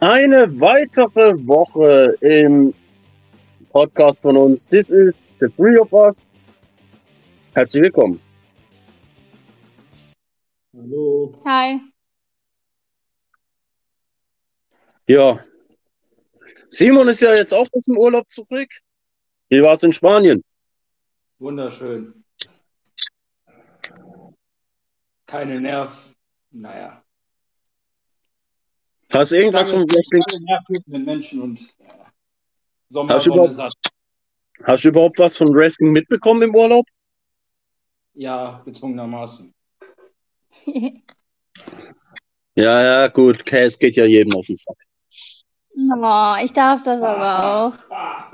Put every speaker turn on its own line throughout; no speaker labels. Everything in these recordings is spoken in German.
Eine weitere Woche im Podcast von uns. This is the three of us. Herzlich willkommen.
Hallo.
Hi.
Ja. Simon ist ja jetzt auch aus dem Urlaub zurück. Wie war es in Spanien?
Wunderschön. Keine Nerv. Naja.
Hast du irgendwas von Wrestling?
Keine nervtötenden Menschen und
Hast du
Sommersonne satt.
Hast du überhaupt was von Wrestling mitbekommen im Urlaub?
Ja, gezwungenermaßen.
Ja, gut. Cass geht ja jedem auf den Sack.
Oh, ich darf das aber auch.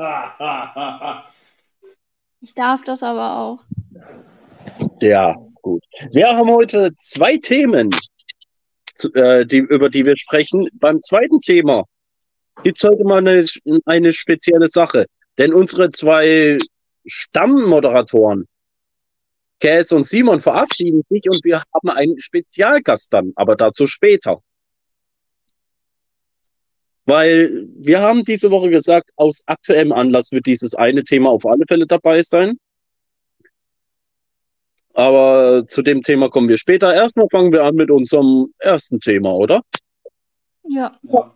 Ja, gut. Wir haben heute zwei Themen, über die wir sprechen. Beim zweiten Thema gibt es heute mal eine spezielle Sache. Denn unsere zwei Stammmoderatoren, Cass und Simon, verabschieden sich und wir haben einen Spezialgast dann, aber dazu später. Weil wir haben diese Woche gesagt, aus aktuellem Anlass wird dieses eine Thema auf alle Fälle dabei sein. Aber zu dem Thema kommen wir später. Erstmal fangen wir an mit unserem ersten Thema, oder?
Ja.
Ja.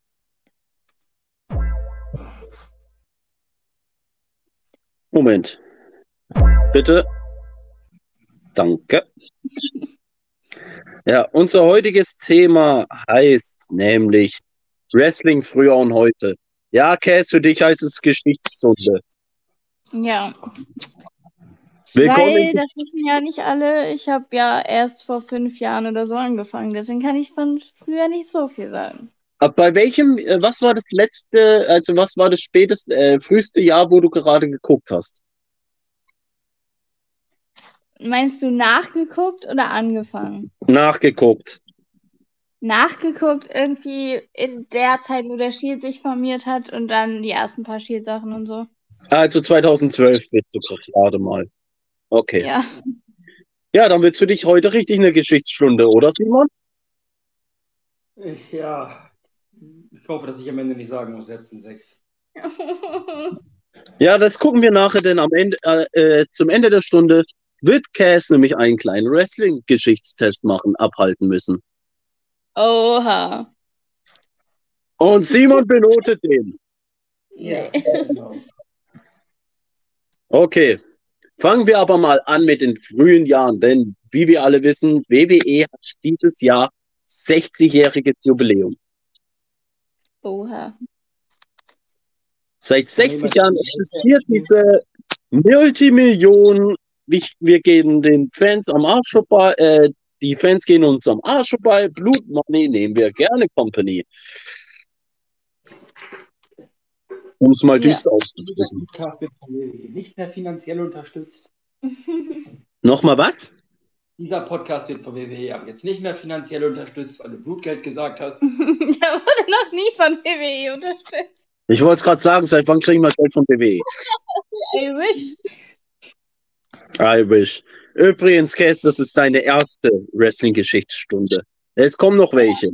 Moment. Bitte. Danke. Ja, unser heutiges Thema heißt nämlich Wrestling früher und heute. Ja, Cass, für dich heißt es Geschichtsstunde.
Ja.
Willkommen.
Weil, das wissen ja nicht alle, ich habe ja erst vor 5 Jahren oder so angefangen. Deswegen kann ich von früher nicht so viel sagen.
Bei welchem, was war das letzte, also was war das früheste Jahr, wo du gerade geguckt hast?
Meinst du nachgeguckt oder angefangen?
Nachgeguckt.
Nachgeguckt irgendwie in der Zeit, wo der Shield sich formiert hat und dann die ersten paar Shield-Sachen und so.
Also 2012 bist du gerade mal. Okay.
Ja.
Ja, dann wird's für dich heute richtig eine Geschichtsstunde, oder Simon?
Ich hoffe, dass ich am Ende nicht sagen muss, jetzt sind 6.
Ja, das gucken wir nachher, denn am Ende, zum Ende der Stunde wird Cass nämlich einen kleinen Wrestling-Geschichtstest abhalten müssen.
Oha.
Und Simon benotet den.
Nee.
Genau.
Okay, fangen wir aber mal an mit den frühen Jahren, denn wie wir alle wissen, WWE hat dieses Jahr 60-jähriges Jubiläum.
Oha.
Seit 60 Jahren existiert diese Multimillionen, wir gehen den Fans am Arsch vorbei, die Fans gehen uns am Arsch vorbei, Blood Money nehmen wir gerne Company. Um es mal düster auszudrücken.
Dieser Podcast wird von WWE nicht mehr finanziell unterstützt.
Nochmal was?
Dieser Podcast wird von WWE ab jetzt nicht mehr finanziell unterstützt, weil du Blutgeld gesagt hast.
Der wurde noch nie von WWE unterstützt.
Ich wollte es gerade sagen, seit wann kriegen wir Geld von WWE?
I wish.
I wish. Übrigens, Cass, das ist deine erste Wrestling-Geschichtsstunde. Es kommen noch welche.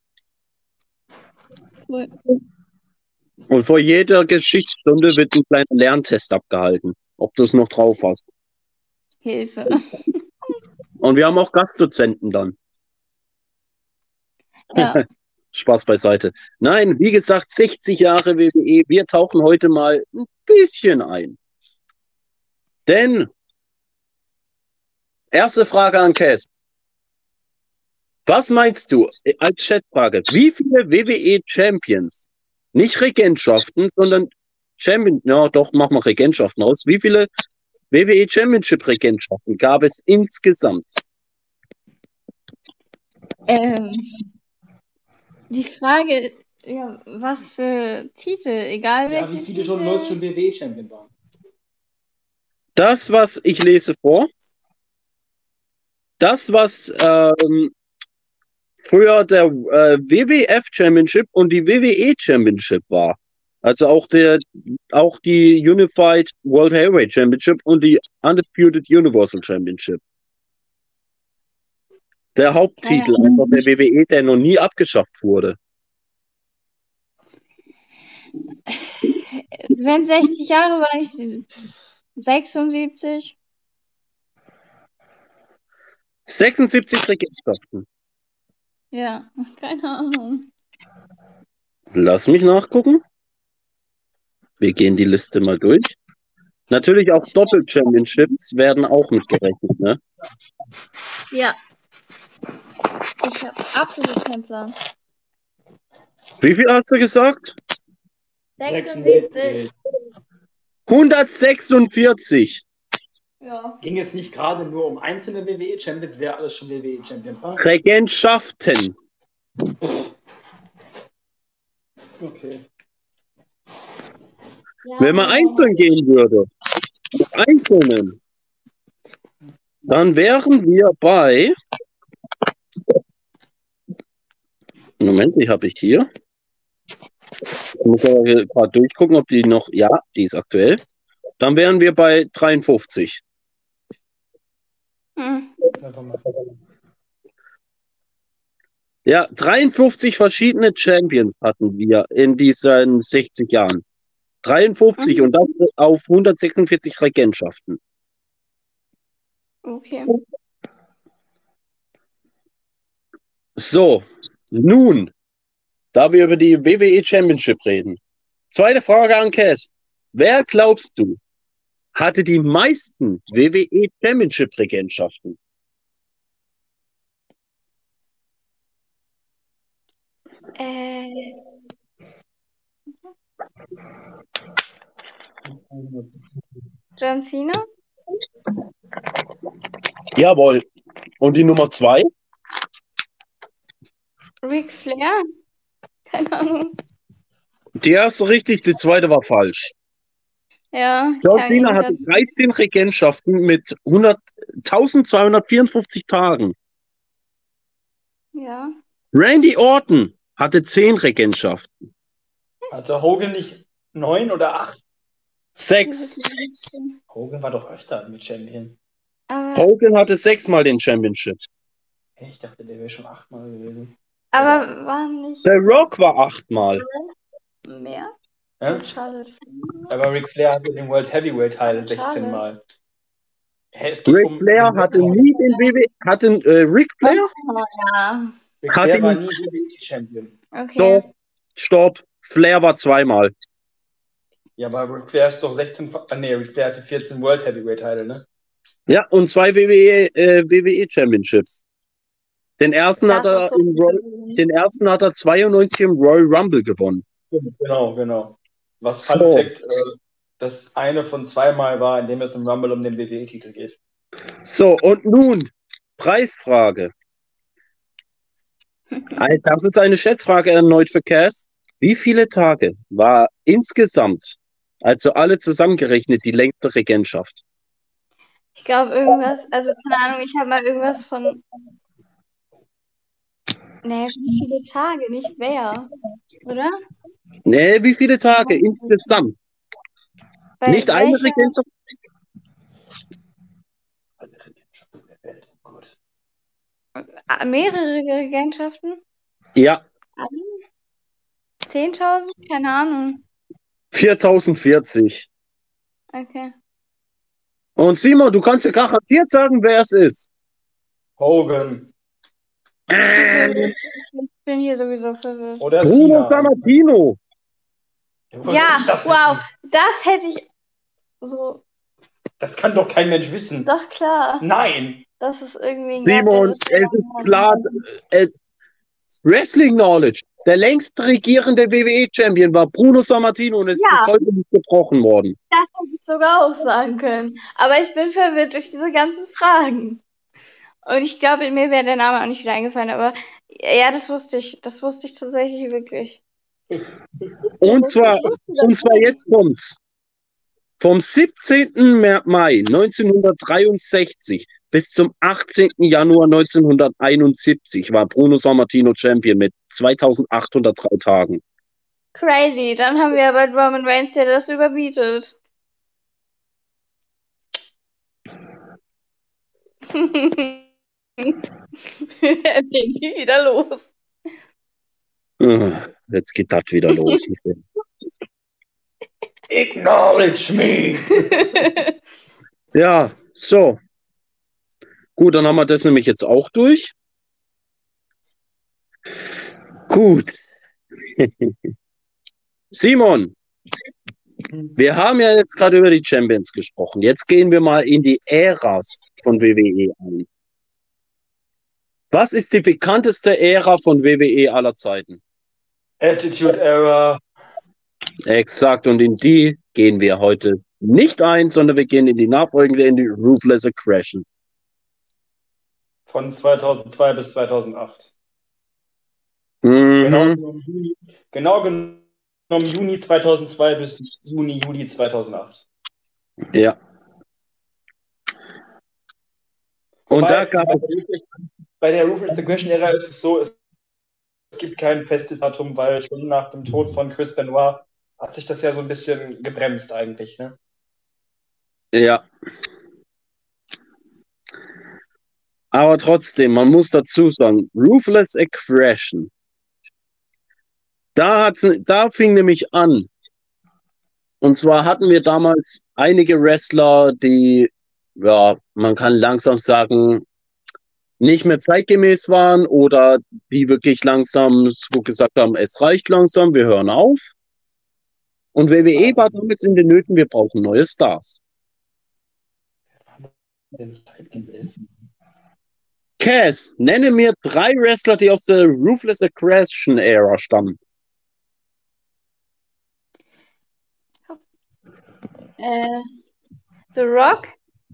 Cool.
Und vor jeder Geschichtsstunde wird ein kleiner Lerntest abgehalten, ob du es noch drauf hast.
Hilfe.
Und wir haben auch Gastdozenten dann.
Ja.
Spaß beiseite. Nein, wie gesagt, 60 Jahre WWE. Wir tauchen heute mal ein bisschen ein. Denn, erste Frage an Cass. Was meinst du, als Chatfrage, wie viele WWE-Champions, nicht Regentschaften, sondern machen wir Regentschaften aus, wie viele WWE Championship-Regentschaften gab es insgesamt?
Die Frage, ja, was für Titel, egal
Ja,
welche
wie viele
Titel.
Leute schon WWE-Champion waren.
Das, was ich lese vor, das, was früher der WWF Championship und die WWE Championship war. Also auch die Unified World Heavyweight Championship und die Undisputed Universal Championship. Der Haupttitel einfach der WWE, der noch nie abgeschafft wurde.
Wenn 60 Jahre war, ich 76.
76 Regentschaften.
Ja, keine Ahnung.
Lass mich nachgucken. Wir gehen die Liste mal durch. Natürlich auch Doppel-Championships werden auch mitgerechnet, ne?
Ja. Ich habe absolut keinen Plan.
Wie viel hast du gesagt?
76.
146
Ja.
Ging es nicht gerade nur um einzelne WWE-Champions? Wäre alles schon WWE-Champion.
Regentschaften.
Okay.
Ja,
Wenn man einzeln gehen würde, einzelnen, dann wären wir bei. Moment, die habe ich hier. Ich muss aber gerade durchgucken, ob die noch. Ja, die ist aktuell. Dann wären wir bei 53. Ja, 53 verschiedene Champions hatten wir in diesen 60 Jahren. 53 und das auf 146 Regentschaften.
Okay.
So, nun, da wir über die WWE Championship reden. Zweite Frage an Cass. Wer glaubst du, hatte die meisten WWE Championship Regentschaften?
John Cena?
Jawohl. Und die Nummer 2?
Ric Flair? Keine Ahnung.
Die erste richtig, die zweite war falsch.
Ja.
John Cena hatte 13 Regentschaften mit 1254 Tagen.
Ja.
Randy Orton hatte 10 Regentschaften.
Hatte Hogan nicht 9 oder 8?
6.
Hogan war doch öfter mit Champion.
Aber,
Hogan hatte 6-mal den Championship.
Ich dachte, der wäre schon 8-mal gewesen.
aber waren nicht
The Rock war 8-mal.
mehr?
Ja?
Charlotte.
Aber Ric Flair hatte den World Heavyweight Title 16 Mal. Es geht
Ric Flair hatte nie den WWE. Ric Flair?
Ja.
Ric
hatte
Flair war
ihn-
nie WWE-Champion.
Okay.
Stopp. Flair war 2-mal.
Ja, aber Ric Flair ist doch 16. Nee, Ric Flair hatte 14 World Heavyweight Title, ne?
Ja, und 2 WWE Championships. Den ersten hat er den ersten hat er 92 im Royal Rumble gewonnen.
Genau. Was
So.
Fun Fact, das eine von 2-mal war, in dem es im Rumble um den WWE-Titel geht.
So, und nun Preisfrage. Also, das ist eine Schätzfrage erneut für Cass. Wie viele Tage war insgesamt, also alle zusammengerechnet, die längste Regentschaft?
Ich glaube irgendwas, also keine Ahnung, ich habe mal irgendwas von. Nee, wie viele Tage, nicht wer. Oder?
Nee, wie viele Tage insgesamt?
Bei
Nicht eine
welcher-
Regentschaft?
Gut.
Mehrere Regentschaften?
Ja,
10.000? Keine Ahnung.
4040.
Okay.
Und Simon, du kannst ja garantiert sagen, wer es ist.
Hogan
Ich bin hier sowieso verwirrt.
oder
Bruno
Cena.
Sammartino.
Woher
Ja,
soll ich das
wow.
wissen?
Das hätte ich so.
Das kann doch kein Mensch wissen.
Doch klar.
Nein.
Das ist irgendwie.
Simon, es ist klar. Wrestling Knowledge. Der längst regierende WWE-Champion war Bruno Sammartino und ist
Ja.
bis heute nicht gebrochen worden.
Das hätte ich sogar auch sagen können. Aber ich bin verwirrt durch diese ganzen Fragen. Und ich glaube, mir wäre der Name auch nicht wieder eingefallen. Aber ja, das wusste ich. Das wusste ich tatsächlich wirklich.
Und zwar jetzt kommt's. Vom 17. Mai 1963 bis zum 18. Januar 1971 war Bruno Sammartino Champion mit 2803 Tagen.
Crazy. Dann haben wir aber Roman Reigns, der das überbietet. Den geht wieder los.
Jetzt geht das wieder los.
Acknowledge me!
Ja, so. Gut, dann haben wir das nämlich jetzt auch durch. Gut. Simon, wir haben ja jetzt gerade über die Champions gesprochen. Jetzt gehen wir mal in die Äras von WWE ein. Was ist die bekannteste Ära von WWE aller Zeiten?
Attitude Era.
Exakt, und in die gehen wir heute nicht ein, sondern wir gehen in die nachfolgende, in die Ruthless Aggression.
Von 2002 bis 2008.
Mhm.
Genau genommen Juni 2002 bis Juli 2008.
Ja. Und da gab es.
Bei der Ruthless Aggression Ära ist es so, es gibt kein festes Datum, weil schon nach dem Tod von Chris Benoit hat sich das ja so ein bisschen gebremst eigentlich, ne?
Ja. Aber trotzdem, man muss dazu sagen, Ruthless Aggression. Da fing nämlich an. Und zwar hatten wir damals einige Wrestler, die, ja, man kann langsam sagen, nicht mehr zeitgemäß waren oder die wirklich langsam so gesagt haben, es reicht langsam, wir hören auf. Und WWE war damals in den Nöten, wir brauchen neue Stars. Cass, nenne mir 3 Wrestler, die aus der Ruthless Aggression Ära stammen.
The Rock?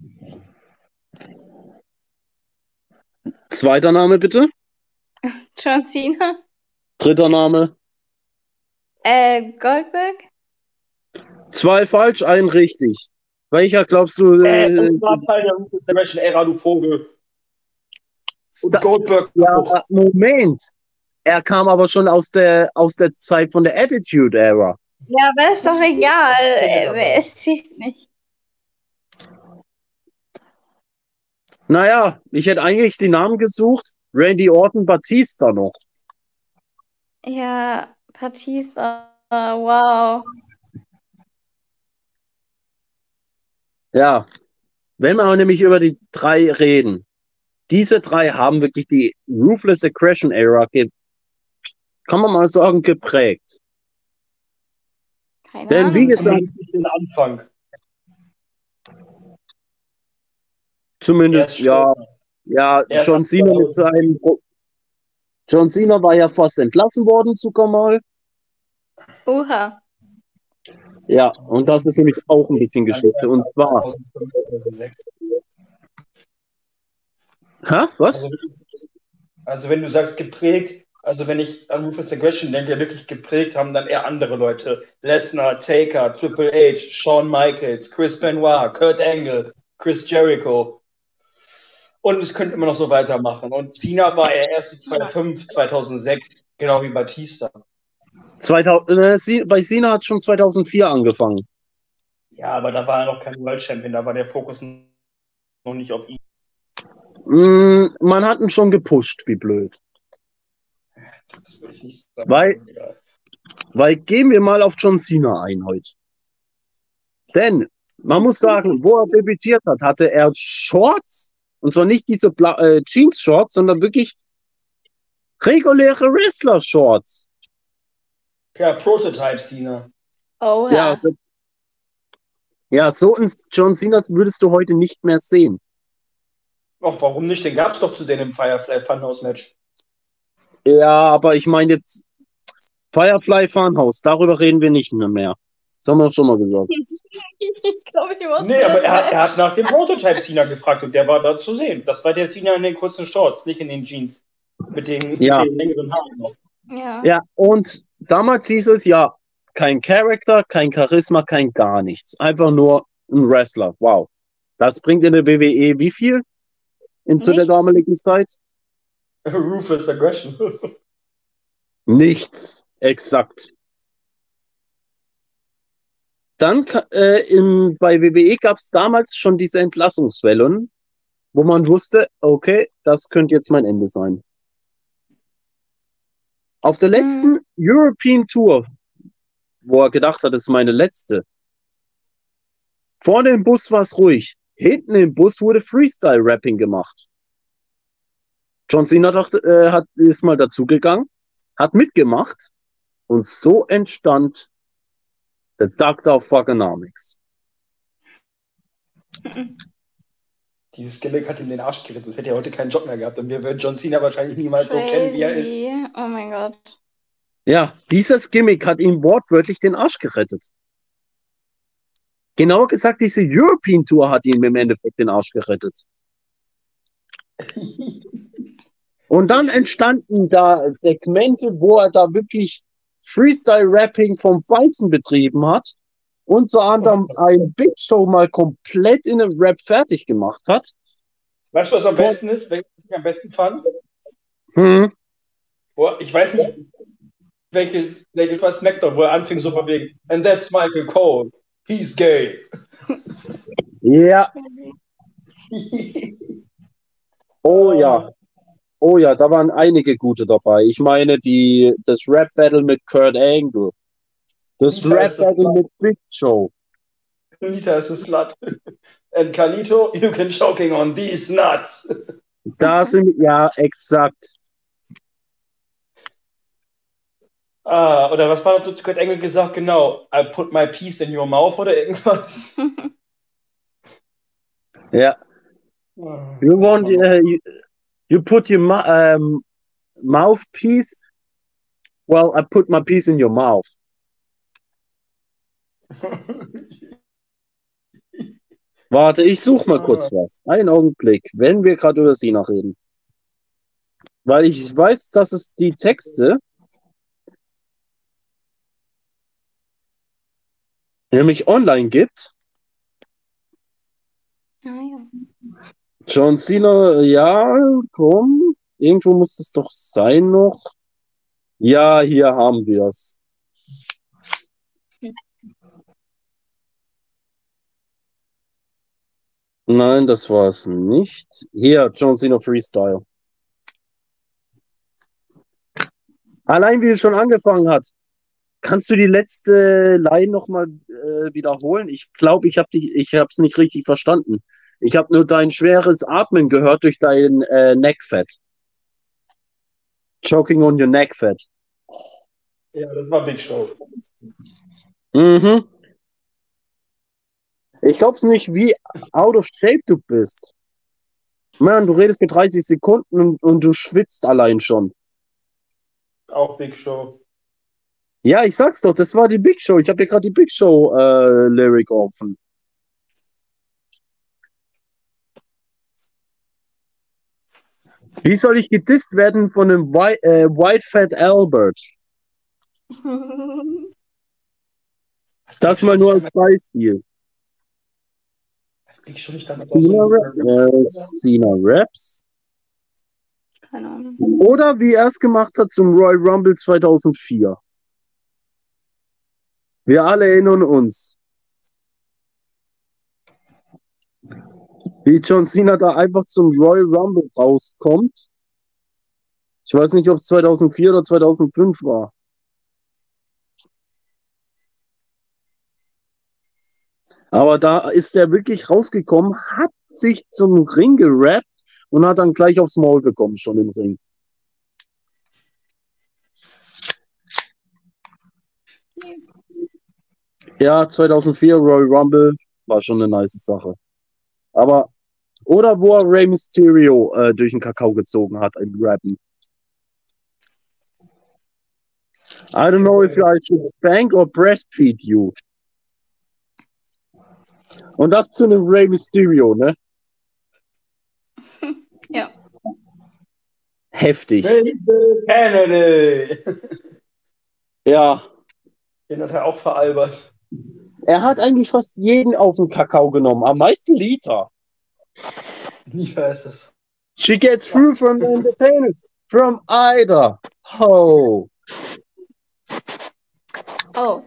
Zweiter Name bitte.
John Cena?
Dritter Name.
Goldberg?
2 falsch, 1 richtig. Welcher glaubst du?
Das war Teil der Ruthless Aggression Ära, du Vogel. Und Goldberg.
Ja, Moment. Er kam aber schon aus der Zeit von der Attitude Era.
Ja, aber ist doch egal. Es zählt nicht.
Naja, ich hätte eigentlich die Namen gesucht. Randy Orton, Batista noch.
Ja, Batista. Wow.
Ja, wenn wir nämlich über die 3 reden. Diese 3 haben wirklich die Ruthless Aggression Era, kann man mal sagen, geprägt.
Keine
Denn wie
Ahnung.
gesagt,
Den Anfang.
zumindest, ja, John Cena mit seinem. John Cena war ja fast entlassen worden, sogar mal.
Oha.
Ja, und das ist nämlich auch ein bisschen Geschichte. Und zwar. Was?
Also wenn du sagst geprägt, also wenn ich an Ruthless Aggression denke, wirklich geprägt haben dann eher andere Leute. Lesnar, Taker, Triple H, Shawn Michaels, Chris Benoit, Kurt Angle, Chris Jericho. Und es könnte immer noch so weitermachen. Und Cena war ja erst 2005, 2006, genau wie Batista.
Bei Cena hat es schon 2004 angefangen.
Ja, aber da war er noch kein World Champion, da war der Fokus noch nicht auf ihn.
Man hat ihn schon gepusht, wie blöd.
Das würde ich nicht sagen.
Weil gehen wir mal auf John Cena ein heute. Denn man muss sagen, wo er debütiert hat, hatte er Shorts. Und zwar nicht diese Jeans-Shorts, sondern wirklich reguläre Wrestler-Shorts.
Ja, Prototype Cena.
Oha.
Ja, so ein John Cena würdest du heute nicht mehr sehen.
Ach, warum nicht? Den gab es doch zu denen im Firefly Funhouse-Match.
Ja, aber ich meine jetzt Firefly Funhouse, darüber reden wir nicht mehr. Das haben wir schon mal gesagt.
Ich glaube, ich muss.
Nee, aber er hat nach dem Prototype Cena gefragt und der war da zu sehen. Das war der Cena in den kurzen Shorts, nicht in den Jeans. Mit den längeren Haaren noch.
Ja, und damals hieß es ja, kein Charakter, kein Charisma, kein gar nichts. Einfach nur ein Wrestler. Wow. Das bringt in der WWE wie viel? Zu der damaligen Zeit?
Ruthless Aggression.
Nichts. Exakt. Dann bei WWE gab es damals schon diese Entlassungswellen, wo man wusste, okay, das könnte jetzt mein Ende sein. Auf der letzten European Tour, wo er gedacht hat, das ist meine letzte, Vorne im Bus war es ruhig. Hinten im Bus wurde Freestyle-Rapping gemacht. John Cena ist mal dazugegangen, hat mitgemacht und so entstand der Doctor of Fuckonomics.
Dieses Gimmick hat ihm den Arsch gerissen. Das hätte er heute keinen Job mehr gehabt. Und wir würden John Cena wahrscheinlich niemals so kennen, wie er ist.
Crazy. Oh mein Gott.
Ja, dieses Gimmick hat ihm wortwörtlich den Arsch gerettet. Genauer gesagt, diese European Tour hat ihm im Endeffekt den Arsch gerettet. Und dann entstanden da Segmente, wo er da wirklich Freestyle-Rapping vom Feinsten betrieben hat. Unter anderem ein Big Show mal komplett in einem Rap fertig gemacht hat.
Weißt du, was am besten ist? Welches ich am besten fand? Boah, ich weiß nicht, welche war Smackdown, wo er anfing so von wegen, and that's Michael Cole, he's gay.
Ja. Oh ja. Oh ja, da waren einige gute dabei. Ich meine, das Rap-Battle mit Kurt Angle. Das Rap-Battle mit Big Show.
Nita ist a slut. And Carlito, you can choking on these nuts.
Ja, exakt.
Oder was war das, Kurt Angle gesagt? Genau, I put my piece in your mouth oder irgendwas.
Ja. You put your mouthpiece. Well, I put my piece in your mouth. Warte, ich suche mal kurz was. Einen Augenblick, wenn wir gerade über Cena reden. Weil ich weiß, dass es die Texte nämlich online gibt. John Cena, ja, komm. Irgendwo muss das doch sein noch. Ja, hier haben wir es. Nein, das war es nicht. Hier, John Cena Freestyle. Allein wie es schon angefangen hat. Kannst du die letzte Line nochmal wiederholen? Ich glaube, ich habe es nicht richtig verstanden. Ich habe nur dein schweres Atmen gehört durch dein Neckfett. Choking on your neckfett.
Ja, das war Big Show.
Mhm. Ich glaub's nicht, wie out of shape du bist. Man, du redest für 30 Sekunden und du schwitzt allein schon.
Auch Big Show.
Ja, ich sag's doch, das war die Big Show. Ich habe hier gerade die Big Show Lyric offen. Wie soll ich gedisst werden von einem White Fat Albert? Das mal nur als Beispiel. Cena Raps.
Keine Ahnung.
Oder wie er es gemacht hat zum Royal Rumble 2004. Wir alle erinnern uns. Wie John Cena da einfach zum Royal Rumble rauskommt. Ich weiß nicht, ob es 2004 oder 2005 war. Aber da ist er wirklich rausgekommen, hat sich zum Ring gerappt und hat dann gleich aufs Maul bekommen, schon im Ring. Ja, 2004 Royal Rumble war schon eine nice Sache. Aber, oder wo er Rey Mysterio durch den Kakao gezogen hat im Rappen. I don't know if I should spank or breastfeed you. Und das zu einem Rey Mysterio, ne?
Ja.
Heftig.
Kennedy.
Ja.
Den hat er auch veralbert.
Er hat eigentlich fast jeden auf den Kakao genommen. Am meisten Lita.
Lita ist es.
She gets through from the entertainers. From either. Ho.
Oh.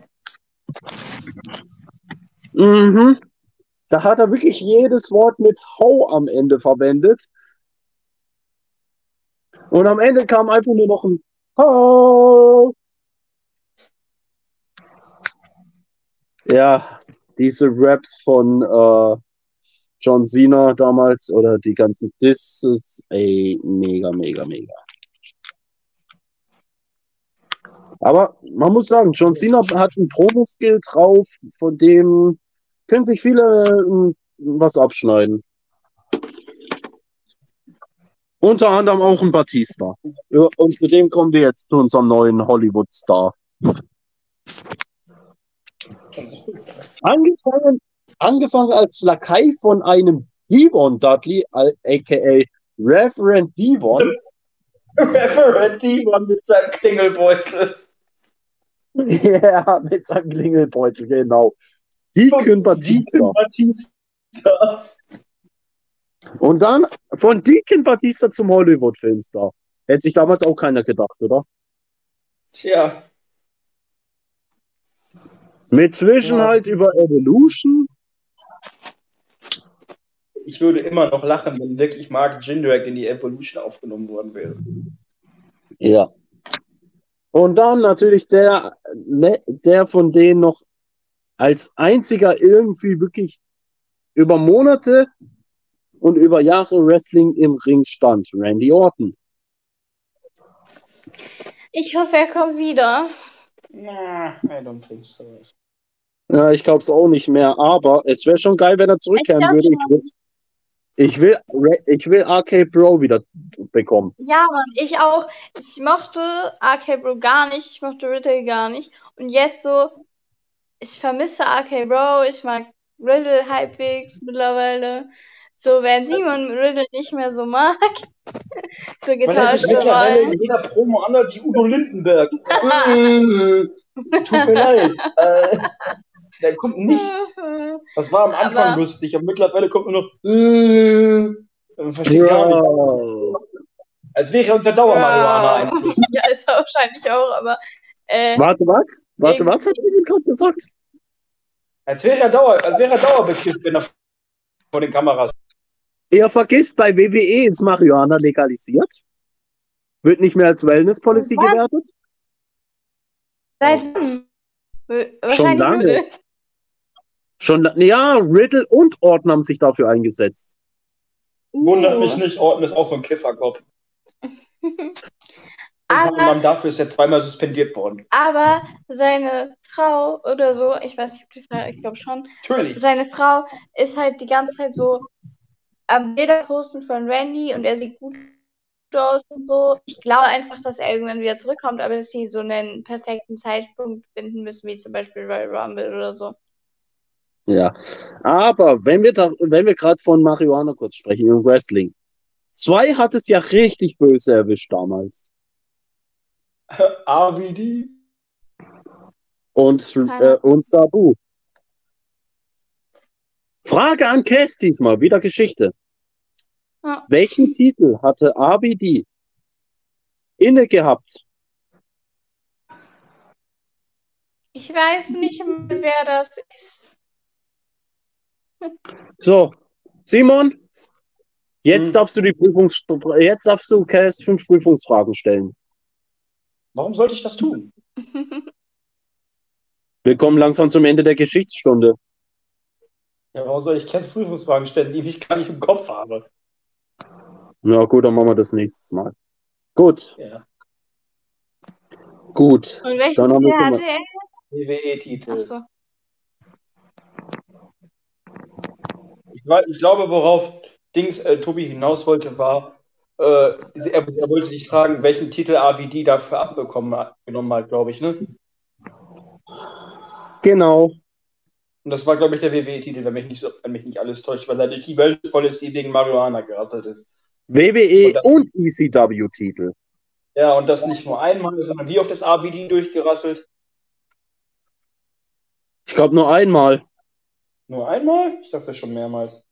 Mhm. Da hat er wirklich jedes Wort mit Ho am Ende verwendet. Und am Ende kam einfach nur noch ein Ho. Ja, diese Raps von John Cena damals oder die ganzen Disses, ey, mega, mega, mega. Aber man muss sagen, John Cena hat einen Promo-Skill drauf, von dem können sich viele was abschneiden. Unter anderem auch ein Batista. Ja, und zu dem kommen wir jetzt zu unserem neuen Hollywood-Star. Angefangen als Lakai von einem Devon Dudley, a.k.a. Reverend Devon.
Reverend Devon mit seinem Klingelbeutel.
Ja, mit seinem Klingelbeutel, genau. Deacon Batista. Und dann von Deacon Batista zum Hollywood-Filmstar. Hätte sich damals auch keiner gedacht, oder?
Tja.
Mit Zwischenhalt über Evolution.
Ich würde immer noch lachen, wenn wirklich Mark Jindrak in die Evolution aufgenommen worden wäre.
Ja. Und dann natürlich der von denen noch als einziger irgendwie wirklich über Monate und über Jahre Wrestling im Ring stand, Randy Orton.
Ich hoffe, er kommt wieder.
Nah, I don't think so.
Ja, ich glaube es auch nicht mehr, aber es wäre schon geil, wenn er zurückkehren würde. Ich will RK Bro wieder bekommen.
Ja, Mann, ich auch. Ich mochte RK Bro gar nicht, ich mochte Riddle gar nicht. Und jetzt so, ich vermisse RK Bro, ich mag Riddle halbwegs mittlerweile. So, wenn Simon Riddle nicht mehr so mag, so
Man ist
getauscht
mittlerweile
mal.
in jeder Promo anders wie Udo Lindenberg. Tut mir leid. Da kommt nichts. Das war am Anfang
Aber-
lustig, aber mittlerweile kommt nur noch. Man versteht gar nicht. Als wäre er unter Dauer-Marihuana-Einfluss.
Ja, ist er wahrscheinlich auch, aber
Warte, was? Warte, was hat Simon gerade gesagt?
Als wäre er dauerbekifft, wenn er vor den Kameras.
Ihr vergisst, bei WWE ist Marihuana legalisiert. Wird nicht mehr als Wellness-Policy
Was?
gewertet.
seit wann? Wahrscheinlich
Schon lange.
Riddle.
Ja, Riddle und Orton haben sich dafür eingesetzt.
Wundert mich nicht, Orton ist auch so ein Kifferkopf.
Aber,
Dafür ist er zweimal suspendiert worden.
aber seine Frau oder so, ich weiß nicht, ob die Frau, ich glaube schon,
Natürlich.
seine Frau ist halt die ganze Zeit so am Bilder posten von Randy und er sieht gut aus und so. Ich glaube einfach, dass er irgendwann wieder zurückkommt, aber dass sie so einen perfekten Zeitpunkt finden müssen, wie zum Beispiel Royal Rumble oder so.
Ja, aber wenn wir gerade von Marihuana kurz sprechen im Wrestling. 2 hat es ja richtig böse erwischt damals.
RVD.
Und Sabu. Frage an Cass diesmal, wieder Geschichte.
Ja.
Welchen Titel hatte RVD inne gehabt?
Ich weiß nicht mehr, wer das ist.
So, Simon, jetzt darfst du Cass 5 Prüfungsfragen stellen.
Warum sollte ich das tun?
Wir kommen langsam zum Ende der Geschichtsstunde.
Ja, warum soll ich Cass Prüfungsfragen stellen, die ich gar nicht im Kopf habe?
Na gut, dann machen wir das nächstes Mal. Gut.
Ja.
Gut.
Und welchen
Dann haben wir
Titel
schon
hatte er?
WWE-Titel.
Achso.
Ich glaube, worauf Tobi hinaus wollte, war, er wollte dich fragen, welchen Titel RVD dafür abgenommen hat, glaube ich, ne?
Genau.
Und das war, glaube ich, der WWE-Titel, wenn mich nicht alles täuscht, weil er durch die Wellness-Policy wegen Marihuana gerasselt ist.
WWE und ECW-Titel.
Ja, und das nicht nur einmal, sondern wie oft ist RVD durchgerasselt?
Ich glaube nur einmal.
Nur einmal? Ich dachte schon mehrmals.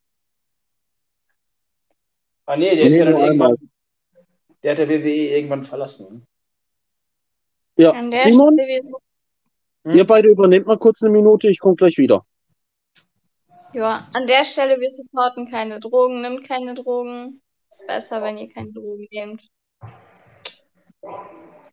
Ah nee, der ist ja dann
nur
irgendwann.
einmal.
Der hat der WWE irgendwann verlassen.
Ja,
An der
Simon,
Stelle wir so,
ihr beide übernehmt mal kurz eine Minute, ich komme gleich wieder.
ja, an der Stelle wir supporten keine Drogen, nimmt keine Drogen. Ist besser, wenn ihr keine Drogen nehmt.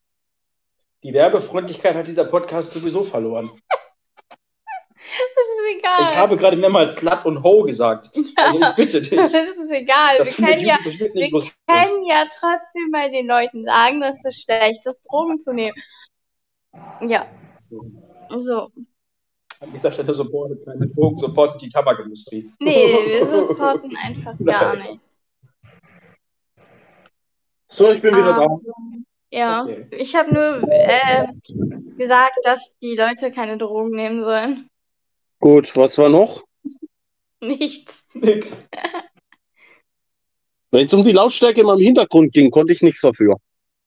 Die
Werbefreundlichkeit hat dieser Podcast sowieso verloren.
Das ist egal.
habe gerade mehrmals Slut und Ho gesagt. Also ich bitte dich.
Das ist egal.
Das
Wir
findet
können ja,
Judith bestimmt
wir
nicht lustig.
können ja trotzdem bei den Leuten sagen, dass es schlecht ist, Drogen zu nehmen. Ja, so.
An dieser Stelle supportet keine Drogen, supportet die Tabakindustrie.
Nee, wir supporten einfach gar nicht.
So, ich bin wieder da.
Ja,
Okay.
ich habe nur gesagt, dass die Leute keine Drogen nehmen sollen.
Gut, was war noch?
Nichts.
Nix.
Wenn es um die Lautstärke in meinem Hintergrund ging, konnte ich nichts dafür.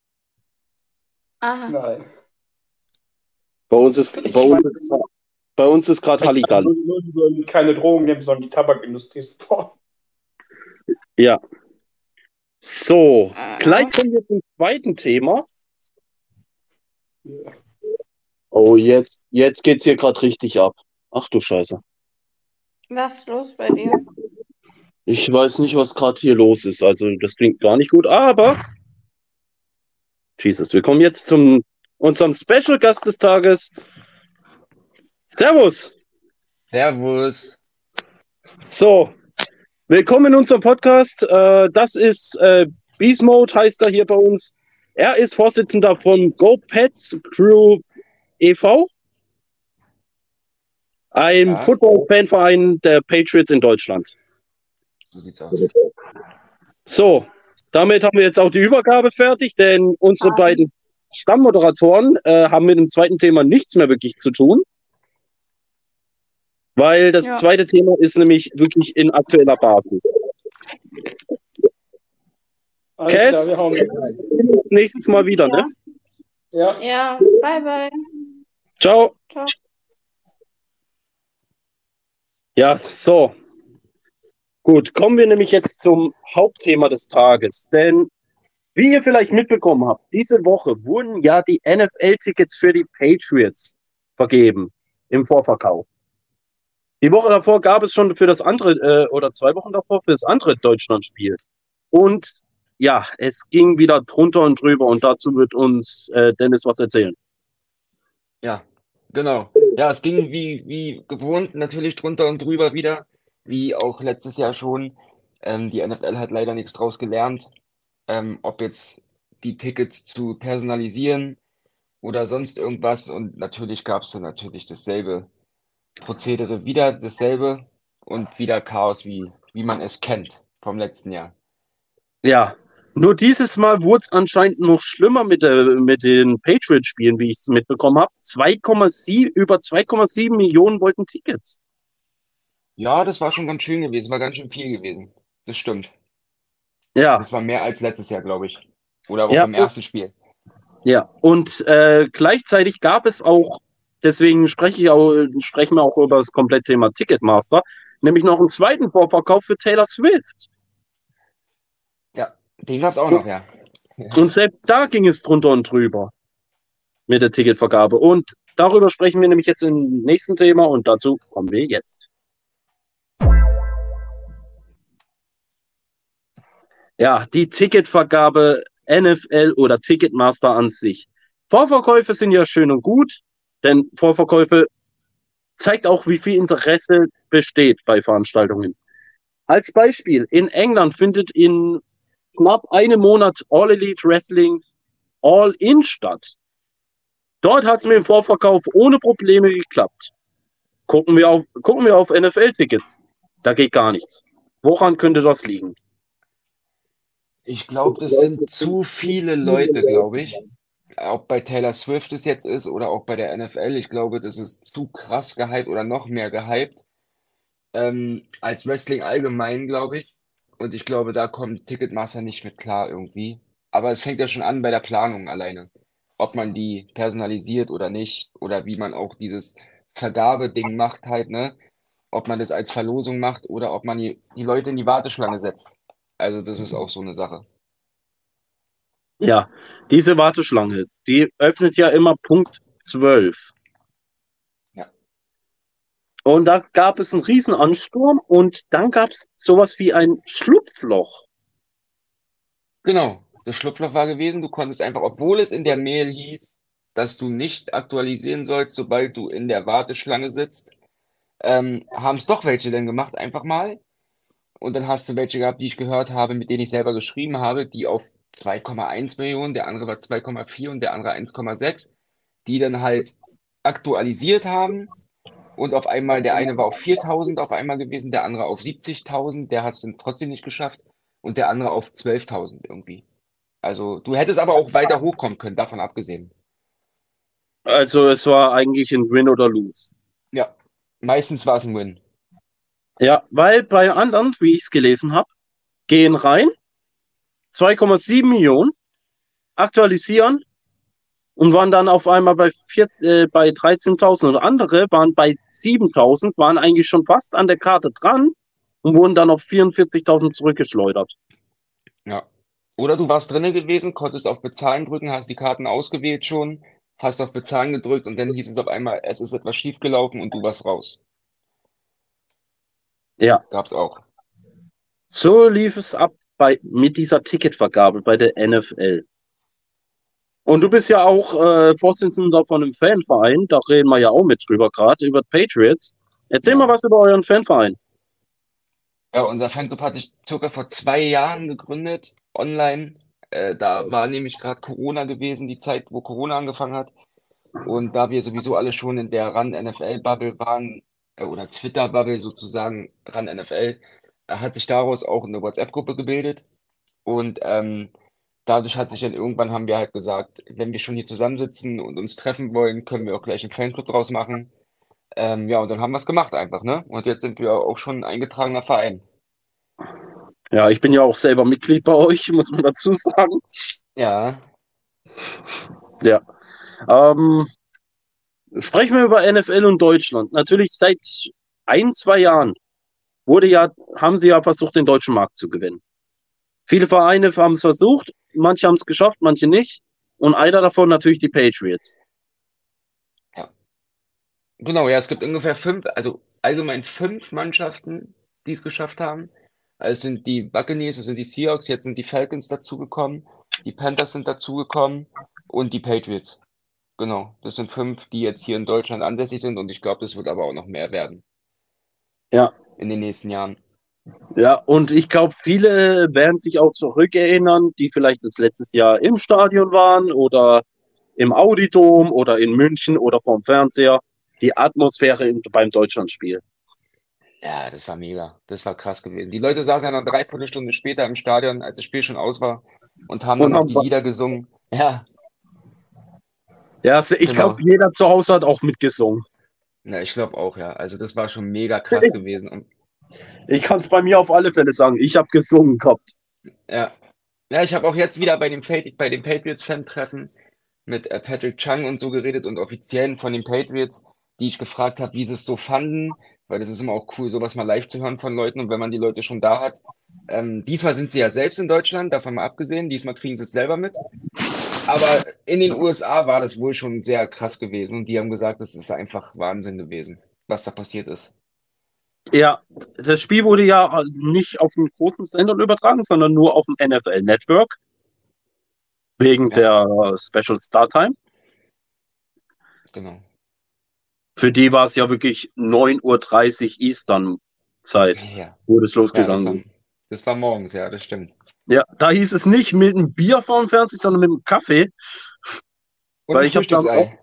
Aha.
Nein.
Bei uns ist gerade Halligalli.
Sowieso, die sollen keine Drogen nehmen, sondern die Tabakindustrie supporten.
Ja. So, gleich kommen wir zum zweiten Thema.
Ja.
Oh, jetzt geht's hier gerade richtig ab. Ach du Scheiße.
Was ist los bei dir?
Ich weiß nicht, was gerade hier los ist. Also, das klingt gar nicht gut, aber Jesus, wir kommen jetzt zu unserem Special Gast des Tages. Servus.
Servus.
So, willkommen in unserem Podcast. Das ist Beast Mode, heißt er hier bei uns. Er ist Vorsitzender von Go Pets Crew e.V., ein
Ja.
Football-Fanverein der Patriots in Deutschland.
So sieht's aus.
So, damit haben wir jetzt auch die Übergabe fertig, denn unsere beiden Stammmoderatoren haben mit dem zweiten Thema nichts mehr wirklich zu tun, weil das
Ja.
zweite Thema ist nämlich wirklich in aktueller Basis.
Alles
Cass?
klar, wir hauen rein.
Nächstes Mal wieder, ne?
Ja.
Ja, bye bye.
Ciao.
Ciao.
Ja, so. Gut, kommen wir nämlich jetzt zum Hauptthema des Tages. Denn, wie ihr vielleicht mitbekommen habt, diese Woche wurden ja die NFL-Tickets für die Patriots vergeben im Vorverkauf. Die Woche davor gab es schon für das andere, oder 2 Wochen davor für das andere Deutschlandspiel. Und ja, es ging wieder drunter und drüber und dazu wird uns Dennis was erzählen.
Ja, genau. Ja, es ging wie gewohnt natürlich drunter und drüber wieder, wie auch letztes Jahr schon. Die NFL hat leider nichts draus gelernt, ob jetzt die Tickets zu personalisieren oder sonst irgendwas. Und natürlich gab es dann natürlich dasselbe Prozedere, wieder dasselbe und wieder Chaos, wie man es kennt vom letzten Jahr.
Ja, nur dieses Mal wurde es anscheinend noch schlimmer mit den Patriots-Spielen, wie ich es mitbekommen habe. Über 2,7 Millionen wollten Tickets.
Ja, das war schon ganz schön gewesen, war ganz schön viel gewesen. Das stimmt.
Ja,
Das war mehr als letztes Jahr, glaube ich. Oder auch
Ja,
im ersten Spiel.
ja. Und gleichzeitig gab es auch, deswegen sprechen wir auch über das komplette Thema Ticketmaster, nämlich noch einen zweiten Vorverkauf für Taylor Swift.
Ja, den gab es auch noch, ja.
Und selbst da ging es drunter und drüber mit der Ticketvergabe. Und darüber sprechen wir nämlich jetzt im nächsten Thema und dazu kommen wir jetzt. Ja, die Ticketvergabe NFL oder Ticketmaster an sich. Vorverkäufe sind ja schön und gut, denn Vorverkäufe zeigt auch, wie viel Interesse besteht bei Veranstaltungen. Als Beispiel, in England findet in knapp einem Monat All Elite Wrestling All In statt. Dort hat es mit dem Vorverkauf ohne Probleme geklappt. Gucken wir auf NFL-Tickets. Da geht gar nichts. Woran könnte das liegen?
Ich glaube, das sind zu viele Leute, glaube ich. Ob bei Taylor Swift es jetzt ist oder auch bei der NFL. Ich glaube, das ist zu krass gehypt oder noch mehr gehypt als Wrestling allgemein, glaube ich. Und ich glaube, da kommt Ticketmaster nicht mit klar irgendwie. Aber es fängt ja schon an bei der Planung alleine. Ob man die personalisiert oder nicht. Oder wie man auch dieses Vergabeding macht halt, ne? Ob man das als Verlosung macht oder ob man die Leute in die Warteschlange setzt. Also das ist auch so eine Sache.
Ja, diese Warteschlange, die öffnet ja immer Punkt 12.
Ja.
Und da gab es einen riesen Ansturm und dann gab es sowas wie ein Schlupfloch.
Genau, das Schlupfloch war gewesen. Du konntest einfach, obwohl es in der Mail hieß, dass du nicht aktualisieren sollst, sobald du in der Warteschlange sitzt, haben es doch welche dann gemacht, einfach mal. Und dann hast du welche gehabt, die ich gehört habe, mit denen ich selber geschrieben habe, die auf 2,1 Millionen, der andere war 2,4 und der andere 1,6, die dann halt aktualisiert haben. Und auf einmal, der eine war auf 4.000 auf einmal gewesen, der andere auf 70.000, der hat es dann trotzdem nicht geschafft. Und der andere auf 12.000 irgendwie. Also, du hättest aber auch weiter hochkommen können, davon abgesehen.
Also es war eigentlich ein Win oder Lose.
Ja, meistens war es ein Win.
Ja, weil bei anderen, wie ich es gelesen habe, gehen rein, 2,7 Millionen, aktualisieren und waren dann auf einmal bei 13.000 und andere waren bei 7.000, waren eigentlich schon fast an der Karte dran und wurden dann auf 44.000 zurückgeschleudert.
Ja. Oder du warst drinnen gewesen, konntest auf Bezahlen drücken, hast die Karten ausgewählt schon, hast auf Bezahlen gedrückt und dann hieß es auf einmal, es ist etwas schiefgelaufen und du warst raus.
Ja,
Gab's auch.
so lief es ab mit dieser Ticketvergabe bei der NFL. Und du bist ja auch Vorsitzender von einem Fanverein, da reden wir ja auch mit drüber gerade, über Patriots. Erzähl
Ja.
mal was über euren Fanverein.
Ja, unser Fanclub hat sich circa vor 2 Jahren gegründet, online. Da war nämlich gerade Corona gewesen, die Zeit, wo Corona angefangen hat. Und da wir sowieso alle schon in der RAN-NFL-Bubble waren, oder Twitter-Bubble sozusagen, RAN-NFL, hat sich daraus auch eine WhatsApp-Gruppe gebildet. Und dadurch hat sich dann irgendwann, haben wir halt gesagt, wenn wir schon hier zusammensitzen und uns treffen wollen, können wir auch gleich einen Fanclub draus machen. Ja, und dann haben wir es gemacht einfach, ne? Und jetzt sind wir auch schon ein eingetragener Verein.
Ja, ich bin ja auch selber Mitglied bei euch, muss man dazu sagen.
Ja,
Ja. Sprechen wir über NFL und Deutschland. Natürlich seit 1, 2 Jahren haben sie ja versucht, den deutschen Markt zu gewinnen. Viele Vereine haben es versucht, manche haben es geschafft, manche nicht. Und einer davon natürlich die Patriots.
genau, ja, es gibt ungefähr 5, also allgemein 5 Mannschaften, die es geschafft haben. Also es sind die Buccaneers, es sind die Seahawks, jetzt sind die Falcons dazugekommen, die Panthers sind dazugekommen und die Patriots. Genau, das sind 5, die jetzt hier in Deutschland ansässig sind und ich glaube, das wird aber auch noch mehr werden
Ja.
in den nächsten Jahren.
Ja, und ich glaube, viele werden sich auch zurückerinnern, die vielleicht das letztes Jahr im Stadion waren oder im Audi-Dom oder in München oder vorm Fernseher. Die Atmosphäre beim Deutschlandspiel.
Ja, das war mega. Das war krass gewesen. Die Leute saßen ja noch 3/4 Stunde später im Stadion, als das Spiel schon aus war und haben dann
Und
noch
haben,
die Lieder gesungen. Ja,
ja, ich
genau.
glaube, jeder zu Hause hat auch mitgesungen.
Ja, ich glaube auch, ja. Also das war schon mega krass gewesen. Und
Ich kann es bei mir auf alle Fälle sagen. Ich habe gesungen gehabt.
ja. Ja, ich habe auch jetzt wieder bei dem Patriots-Fan-Treffen mit Patrick Chung und so geredet und Offiziellen von den Patriots, die ich gefragt habe, wie sie es so fanden, weil das ist immer auch cool, sowas mal live zu hören von Leuten und wenn man die Leute schon da hat. Diesmal sind sie ja selbst in Deutschland, davon mal abgesehen, diesmal kriegen sie es selber mit. Aber in den USA war das wohl schon sehr krass gewesen und die haben gesagt, das ist einfach Wahnsinn gewesen, was da passiert ist.
Ja, das Spiel wurde ja nicht auf einem großen Sender übertragen, sondern nur auf dem NFL Network. Wegen
Ja.
der Special Start Time.
Genau.
Für die war es ja wirklich 9:30 Uhr Eastern Zeit,
Ja,
wo das
ja,
losgegangen ist.
das war morgens, ja, das stimmt.
Ja, da hieß es nicht mit einem Bier vorm Fernseher, sondern mit einem Kaffee.
Und
Weil
ein
ich habe dann auch
Frühstücksei.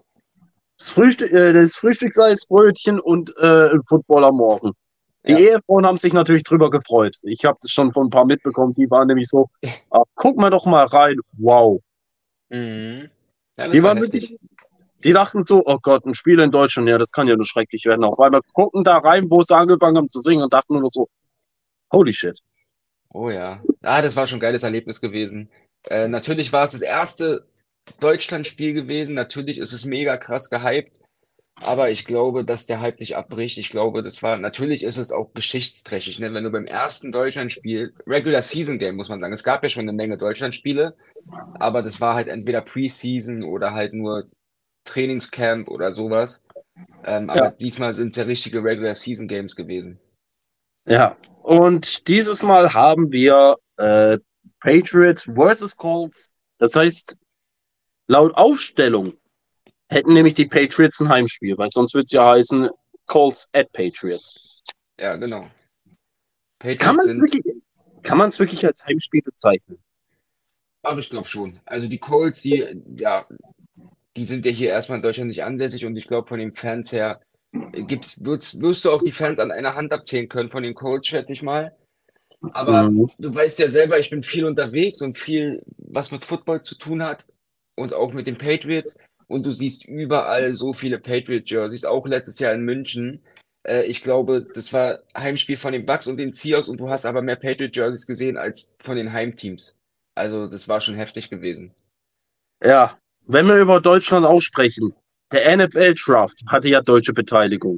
das Frühstücksei, das Brötchen und ein Football am Morgen. Die
Ja.
Ehefrauen haben sich natürlich drüber gefreut. Ich habe das schon von ein paar mitbekommen, die waren nämlich so, guck mal doch mal rein, wow.
Mhm. Ja, das
Die
war
waren
heftig.
wirklich, die dachten so, oh Gott, ein Spiel in Deutschland, ja, das kann ja nur schrecklich werden. Auf einmal gucken da rein, wo sie angefangen haben zu singen und dachten nur noch so, holy shit.
Oh ja. Ah, das war schon ein geiles Erlebnis gewesen. Natürlich war es das erste Deutschlandspiel gewesen. Natürlich ist es mega krass gehypt. Aber ich glaube, dass der Hype nicht abbricht. Ich glaube, natürlich ist es auch geschichtsträchtig, ne? Wenn du beim ersten Deutschlandspiel, Regular Season Game, muss man sagen, es gab ja schon eine Menge Deutschlandspiele, aber das war halt entweder Preseason oder halt nur Trainingscamp oder sowas. Aber diesmal sind es ja richtige Regular Season Games gewesen.
Ja, und dieses Mal haben wir Patriots versus Colts. Das heißt, laut Aufstellung hätten nämlich die Patriots ein Heimspiel, weil sonst würde es ja heißen, Colts at Patriots.
Ja, genau.
Kann
Patriots
man es wirklich als Heimspiel bezeichnen?
aber ich glaube schon. Also die Colts, die sind ja hier erstmal in Deutschland nicht ansässig und ich glaube von den Fans her wirst du auch die Fans an einer Hand abzählen können von den Colts, schätze ich mal. Aber
Mhm.
du weißt ja selber, ich bin viel unterwegs und viel, was mit Football zu tun hat und auch mit den Patriots. Und du siehst überall so viele Patriot-Jerseys, auch letztes Jahr in München. Ich glaube, das war Heimspiel von den Bucks und den Seahawks und du hast aber mehr Patriot-Jerseys gesehen als von den Heimteams. Also das war schon heftig gewesen.
Ja, wenn wir über Deutschland aussprechen, der NFL-Draft hatte ja deutsche Beteiligung.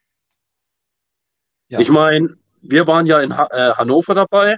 Ja.
Ich meine, wir waren ja in Hannover dabei,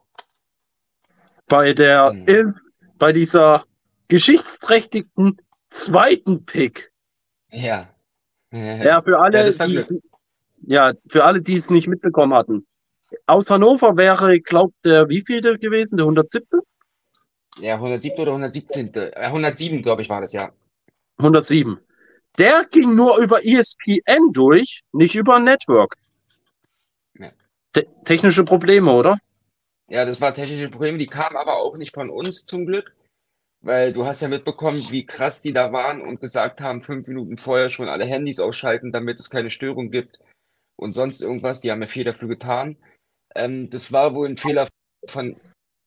bei
Genau.
bei dieser geschichtsträchtigen zweiten Pick.
Ja.
Ja,
Ja, das war Glück.
für alle, die es nicht mitbekommen hatten. Aus Hannover wäre, glaubt der wievielte gewesen? Der 107.?
Ja, 107. oder 117. 107, glaube ich, war das, ja.
107. Der ging nur über ESPN durch, nicht über Network.
Ja.
Technische Probleme, oder?
Ja, das war technische Probleme, die kamen aber auch nicht von uns zum Glück, weil du hast ja mitbekommen, wie krass die da waren und gesagt haben, 5 Minuten vorher schon alle Handys ausschalten, damit es keine Störung gibt und sonst irgendwas. Die haben ja viel dafür getan. Das war wohl ein Fehler von,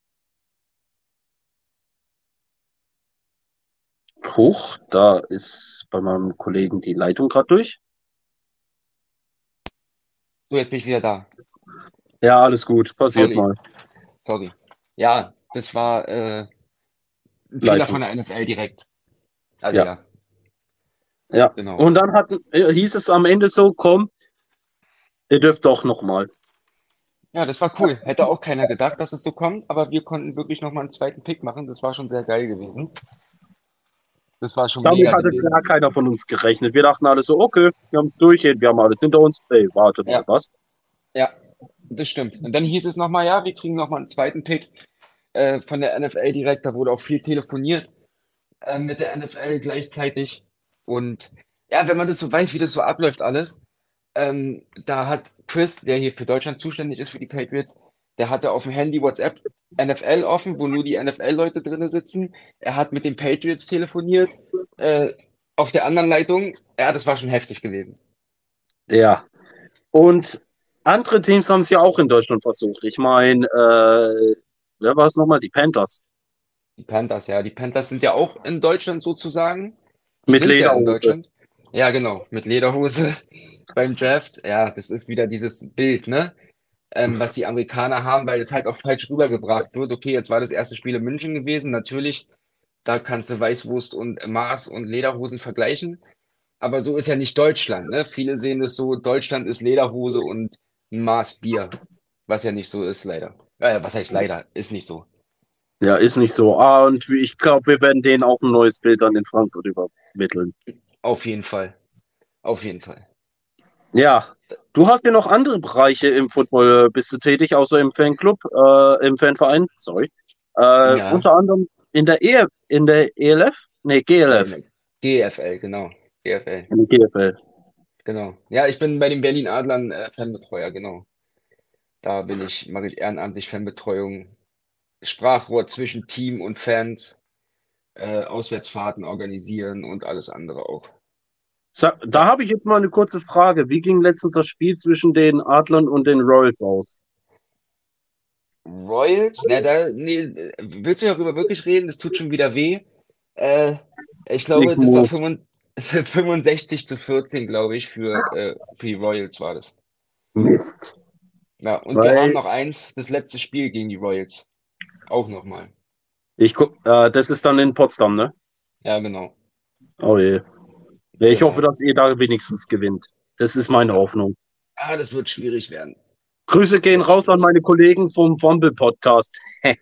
Hoch, da ist bei meinem Kollegen die Leitung gerade durch.
so jetzt bin ich wieder da.
Ja, alles gut, passiert
Sorry,
mal.
sorry. Ja, das war ein Fehler
Leitung.
von der NFL direkt. Also
Ja.
ja,
Ja.
genau.
Und dann hieß es am Ende so, komm, ihr dürft doch nochmal.
Ja, das war cool. Hätte auch keiner gedacht, dass es so kommt, aber wir konnten wirklich nochmal einen zweiten Pick machen. Das war schon sehr geil gewesen. Das war schon
Damit
mega
hatte
gewesen.
gar keiner von uns gerechnet. Wir dachten alle so, okay, wir haben es durch, wir haben alles hinter uns. Ey, warte mal,
Ja.
was?
Ja, das stimmt. Und dann hieß es nochmal, ja, wir kriegen nochmal einen zweiten Pick von der NFL direkt. Da wurde auch viel telefoniert mit der NFL gleichzeitig. Und ja, wenn man das so weiß, wie das so abläuft alles, da hat Chris, der hier für Deutschland zuständig ist, für die Patriots, der hatte auf dem Handy WhatsApp NFL offen, wo nur die NFL-Leute drin sitzen. Er hat mit den Patriots telefoniert, auf der anderen Leitung. Ja, das war schon heftig gewesen.
Ja. Und andere Teams haben es ja auch in Deutschland versucht. Ich meine, wer war es nochmal? Die Panthers.
Die Panthers, ja. Die Panthers sind ja auch in Deutschland sozusagen. Die
Mit
sind ja in
Lederhose.
Deutschland. Ja, genau. Mit Lederhose beim Draft. Ja, das ist wieder dieses Bild, ne? Was die Amerikaner haben, weil es halt auch falsch rübergebracht wird. Okay, jetzt war das erste Spiel in München gewesen. Natürlich, da kannst du Weißwurst und Maß und Lederhosen vergleichen. Aber so ist ja nicht Deutschland, ne? Viele sehen es so, Deutschland ist Lederhose und ein Maß Bier. Was ja nicht so ist, leider. Was heißt leider? Ist nicht so.
Ja, ist nicht so. Und ich glaube, wir werden denen auch ein neues Bild an den Frankfurt übermitteln.
Auf jeden Fall. Auf jeden Fall.
Ja, du hast ja noch andere Bereiche im Football. Bist du tätig, außer im Fanclub, im Fanverein? Sorry.
Ja.
Unter anderem in der ELF? Nee, GLF.
GFL, genau. GFL,
In der GFL.
genau. Ja, ich bin bei den Berlin Adlern Fanbetreuer, genau. Da mache ich ehrenamtlich Fanbetreuung, Sprachrohr zwischen Team und Fans, Auswärtsfahrten organisieren und alles andere auch.
Da habe ich jetzt mal eine kurze Frage. Wie ging letztens das Spiel zwischen den Adlern und den Royals aus?
Royals? Nee, willst du darüber wirklich reden? Das tut schon wieder weh. Ich glaube,
Ich
das war
muss.
65-14, glaube ich, für die Royals war das.
Mist.
Ja, und wir haben
Weil
noch das letzte Spiel gegen die Royals. Auch nochmal.
das ist dann in Potsdam, ne?
Ja, genau.
Oh je. Ja, ich hoffe,
Genau.
dass ihr da wenigstens gewinnt. Das ist meine Hoffnung.
Ah, das wird schwierig werden.
Grüße gehen
Sehr
raus an
schwierig.
meine Kollegen vom Fumble Podcast.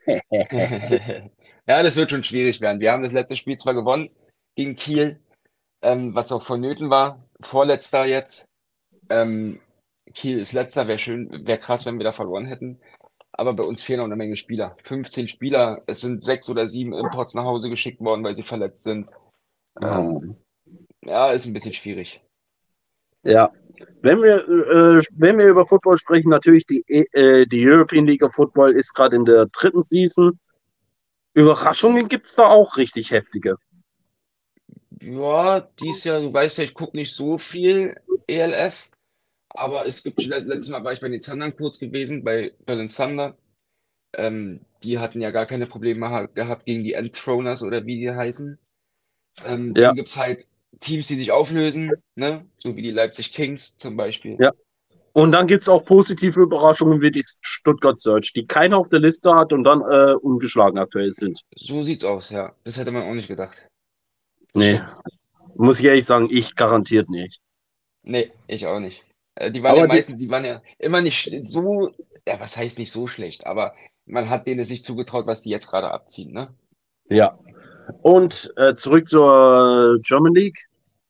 Ja, das wird schon schwierig werden. Wir haben das letzte Spiel zwar gewonnen gegen Kiel, was auch vonnöten war. Vorletzter jetzt. Kiel ist letzter, wäre krass, wenn wir da verloren hätten. Aber bei uns fehlen noch eine Menge Spieler. 15 Spieler, es sind 6 oder 7 Imports nach Hause geschickt worden, weil sie verletzt sind.
Oh.
Ja, ist ein bisschen schwierig.
Ja. Wenn wir über Football sprechen, natürlich die European League of Football ist gerade in der 3. Season. Überraschungen gibt es da auch richtig heftige.
Ja, dies Jahr, du weißt ja, ich gucke nicht so viel ELF, aber es gibt, letztes Mal war ich bei den Thundern kurz gewesen, bei Berlin Thunder. Die hatten ja gar keine Probleme gehabt gegen die Enthroners oder wie die heißen.
Ja,
Dann gibt es halt Teams, die sich auflösen, ne? So wie die Leipzig Kings zum Beispiel.
ja. Und dann gibt es auch positive Überraschungen wie die Stuttgart Surge, die keiner auf der Liste hat und dann ungeschlagen aktuell sind.
So sieht's aus, ja. Das hätte man auch nicht gedacht. Das
Nee,
stimmt.
muss ich ehrlich sagen, ich garantiert nicht.
Nee, ich auch nicht. Die waren ja
Aber
meistens, die waren ja immer nicht so, ja, was heißt nicht so schlecht, aber man hat denen es nicht zugetraut, was die jetzt gerade abziehen, ne?
ja. Und zurück zur German League.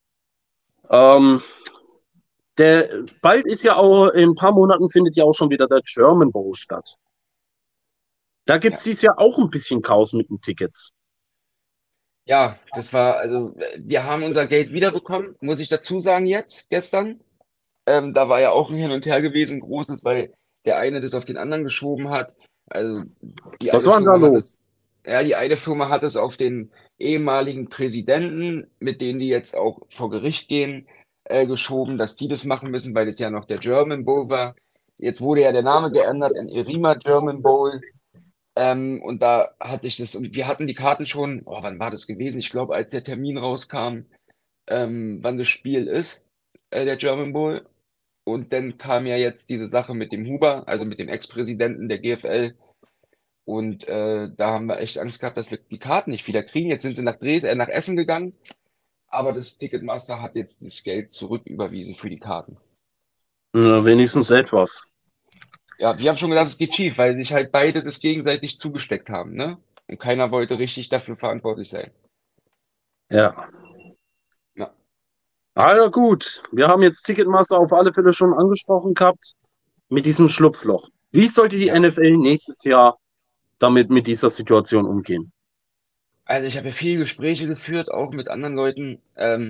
Bald ist ja auch, in ein paar Monaten findet ja auch schon wieder der German Bowl statt. Da gibt es
Ja.
dieses Jahr auch ein bisschen Chaos mit den Tickets.
Ja, das war, also, wir haben unser Geld wiederbekommen, muss ich dazu sagen jetzt, gestern. Da war ja auch ein Hin und Her gewesen, großes, weil der eine das auf den anderen geschoben hat. Also, die
Was
eine
war denn da
Firma hat
los?
es, ja, die eine Firma hat es auf den ehemaligen Präsidenten, mit denen die jetzt auch vor Gericht gehen, geschoben, dass die das machen müssen, weil es ja noch der German Bowl war. Jetzt wurde ja der Name geändert in Irima German Bowl. Und da hatte ich das, und wir hatten die Karten schon, oh, wann war das gewesen? Ich glaube, als der Termin rauskam, wann das Spiel ist, der German Bowl. Und dann kam ja jetzt diese Sache mit dem Huber, also mit dem Ex-Präsidenten der GFL. Und da haben wir echt Angst gehabt, dass wir die Karten nicht wieder kriegen. Jetzt sind sie nach Essen gegangen, aber das Ticketmaster hat jetzt das Geld zurücküberwiesen für die Karten.
Ja, wenigstens etwas.
Ja, wir haben schon gedacht, es geht schief, weil sich halt beide das gegenseitig zugesteckt haben, ne? Und keiner wollte richtig dafür verantwortlich sein.
Ja.
Ja.
Also gut, wir haben jetzt Ticketmaster auf alle Fälle schon angesprochen gehabt mit diesem Schlupfloch. Wie sollte die
Ja.
NFL nächstes Jahr mit dieser Situation umgehen?
Also ich habe ja viele Gespräche geführt, auch mit anderen Leuten.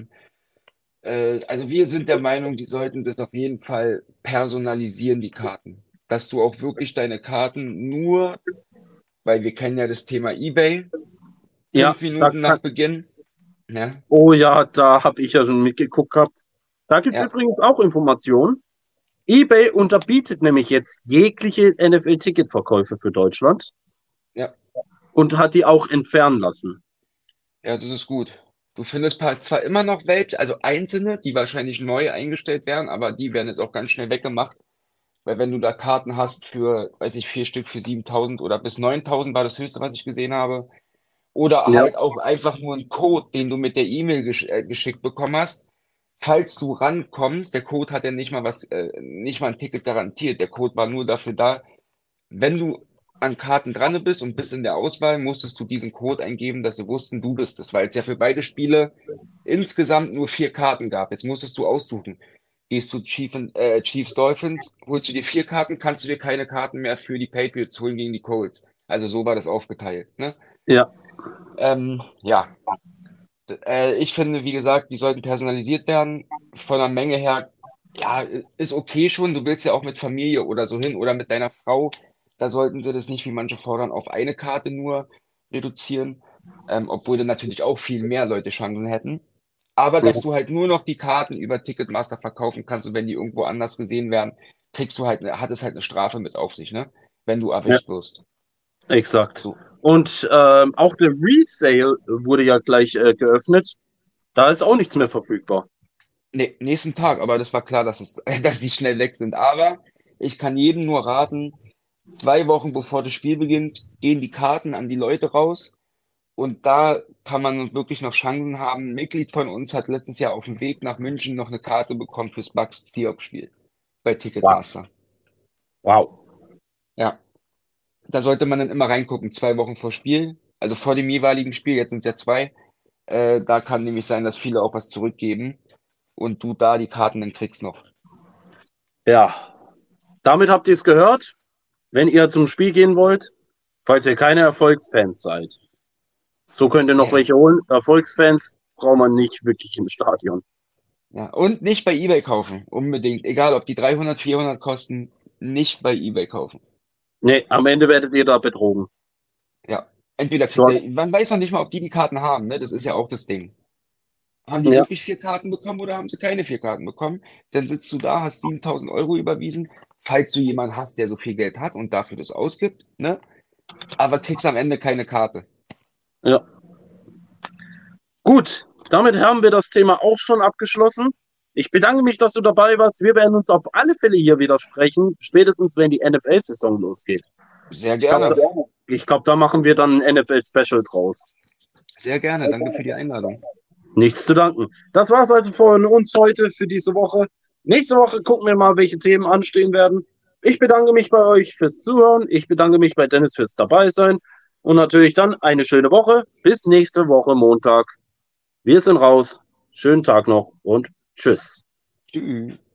Also wir sind der Meinung, die sollten das auf jeden Fall personalisieren, die Karten. Dass du auch wirklich deine Karten nur, weil wir kennen ja das Thema eBay,
Ja,
5 Minuten nach Beginn. Ja,
oh ja, da habe ich ja schon mitgeguckt gehabt. Da gibt es
ja,
übrigens auch Informationen. eBay unterbietet nämlich jetzt jegliche NFL-Ticketverkäufe für Deutschland
ja,
und hat die auch entfernen lassen.
ja, das ist gut. Du findest zwar immer noch welche, also einzelne, die wahrscheinlich neu eingestellt werden, aber die werden jetzt auch ganz schnell weggemacht. Weil wenn du da Karten hast für, weiß ich, 4 Stück für 7.000 oder bis 9.000 war das höchste, was ich gesehen habe. Oder
Ja,
halt auch einfach nur ein Code, den du mit der E-Mail geschickt bekommen hast. Falls du rankommst, der Code hat ja nicht mal nicht mal ein Ticket garantiert. Der Code war nur dafür da, wenn du an Karten dran bist und bist in der Auswahl, musstest du diesen Code eingeben, dass sie wussten, du bist es, weil es ja für beide Spiele insgesamt nur 4 Karten gab. Jetzt musstest du aussuchen. Gehst du Chiefs Dolphins, holst du dir 4 Karten, kannst du dir keine Karten mehr für die Patriots holen gegen die Colts. Also so war das aufgeteilt, ne?
ja,
Ja, ich finde, wie gesagt, die sollten personalisiert werden. Von der Menge her, ja, ist okay schon. Du willst ja auch mit Familie oder so hin oder mit deiner Frau. Da sollten sie das nicht, wie manche fordern, auf eine Karte nur reduzieren. Obwohl dann natürlich auch viel mehr Leute Chancen hätten. Aber dass du halt nur noch die Karten über Ticketmaster verkaufen kannst und wenn die irgendwo anders gesehen werden, hat es halt eine Strafe mit auf sich, ne? Wenn du
ja,
erwischt wirst.
exakt.
So.
Und auch der Resale wurde ja gleich geöffnet. Da ist auch nichts mehr verfügbar.
Nee, nächsten Tag, aber das war klar, dass die schnell weg sind. Aber ich kann jedem nur raten, 2 Wochen bevor das Spiel beginnt, gehen die Karten an die Leute raus. Und da kann man wirklich noch Chancen haben. Ein Mitglied von uns hat letztes Jahr auf dem Weg nach München noch eine Karte bekommen fürs Bucks Seahawks-Spiel bei Ticketmaster.
Wow.
Ja, da sollte man dann immer reingucken, 2 Wochen vor Spiel, also vor dem jeweiligen Spiel, jetzt sind es ja 2. Da kann nämlich sein, dass viele auch was zurückgeben und du da die Karten dann kriegst noch.
Ja, damit habt ihr es gehört. Wenn ihr zum Spiel gehen wollt, falls ihr keine Erfolgsfans seid, so könnt ihr noch
Ja.
welche holen. Erfolgsfans braucht man nicht wirklich im Stadion.
Ja, und nicht bei eBay kaufen, unbedingt. Egal, ob die 300, 400 kosten, nicht bei eBay kaufen.
Nee, am Ende werdet ihr da betrogen.
Ja, entweder
So.
man weiß noch nicht mal, ob die Karten haben, ne? Das ist ja auch das Ding. Haben die
Ja.
wirklich 4 Karten bekommen oder haben sie keine 4 Karten bekommen? Dann sitzt du da, hast 7.000 Euro überwiesen, falls du jemanden hast, der so viel Geld hat und dafür das ausgibt, ne? Aber kriegst am Ende keine Karte.
Ja. Gut, damit haben wir das Thema auch schon abgeschlossen. Ich bedanke mich, dass du dabei warst. Wir werden uns auf alle Fälle hier wieder sprechen, spätestens wenn die NFL-Saison losgeht.
Sehr gerne.
Ich glaube, da machen wir dann ein NFL-Special draus.
Sehr gerne. Danke für die Einladung.
Nichts zu danken. Das war es also von uns heute für diese Woche. Nächste Woche gucken wir mal, welche Themen anstehen werden. Ich bedanke mich bei euch fürs Zuhören. Ich bedanke mich bei Dennis fürs Dabeisein. Und natürlich dann eine schöne Woche. Bis nächste Woche Montag. Wir sind raus. Schönen Tag noch und tschüss.
Tschüss.